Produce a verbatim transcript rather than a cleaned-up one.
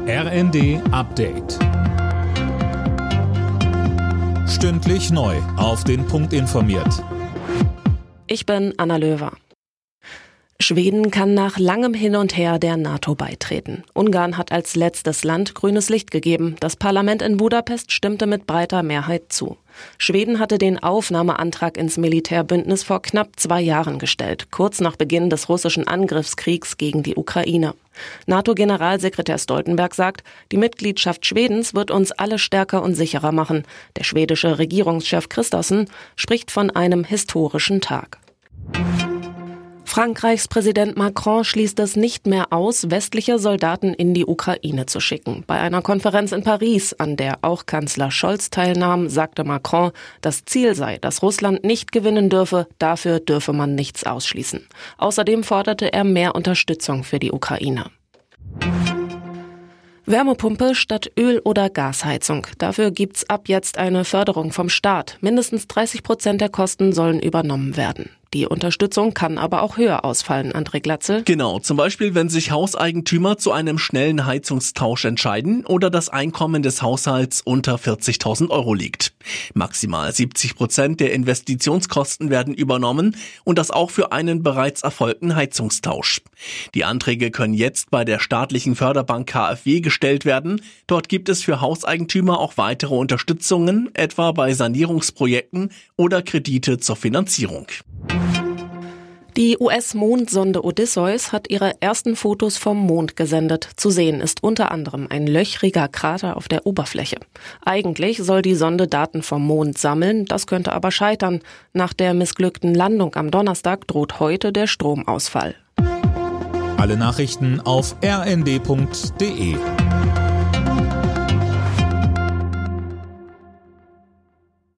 R N D Update. Stündlich neu auf den Punkt informiert. Ich bin Anna Löwer. Schweden kann nach langem Hin und Her der NATO beitreten. Ungarn hat als letztes Land grünes Licht gegeben. Das Parlament in Budapest stimmte mit breiter Mehrheit zu. Schweden hatte den Aufnahmeantrag ins Militärbündnis vor knapp zwei Jahren gestellt, kurz nach Beginn des russischen Angriffskriegs gegen die Ukraine. NATO-Generalsekretär Stoltenberg sagt, die Mitgliedschaft Schwedens wird uns alle stärker und sicherer machen. Der schwedische Regierungschef Kristersson spricht von einem historischen Tag. Frankreichs Präsident Macron schließt es nicht mehr aus, westliche Soldaten in die Ukraine zu schicken. Bei einer Konferenz in Paris, an der auch Kanzler Scholz teilnahm, sagte Macron, das Ziel sei, dass Russland nicht gewinnen dürfe, dafür dürfe man nichts ausschließen. Außerdem forderte er mehr Unterstützung für die Ukraine. Wärmepumpe statt Öl- oder Gasheizung. Dafür gibt's ab jetzt eine Förderung vom Staat. Mindestens dreißig Prozent der Kosten sollen übernommen werden. Die Unterstützung kann aber auch höher ausfallen, André Glatzel. Genau, zum Beispiel, wenn sich Hauseigentümer zu einem schnellen Heizungstausch entscheiden oder das Einkommen des Haushalts unter vierzigtausend Euro liegt. Maximal siebzig Prozent der Investitionskosten werden übernommen und das auch für einen bereits erfolgten Heizungstausch. Die Anträge können jetzt bei der staatlichen Förderbank K f W gestellt werden. Dort gibt es für Hauseigentümer auch weitere Unterstützungen, etwa bei Sanierungsprojekten oder Kredite zur Finanzierung. Die U S-Mondsonde Odysseus hat ihre ersten Fotos vom Mond gesendet. Zu sehen ist unter anderem ein löchriger Krater auf der Oberfläche. Eigentlich soll die Sonde Daten vom Mond sammeln, das könnte aber scheitern. Nach der missglückten Landung am Donnerstag droht heute der Stromausfall. Alle Nachrichten auf r n d punkt d e.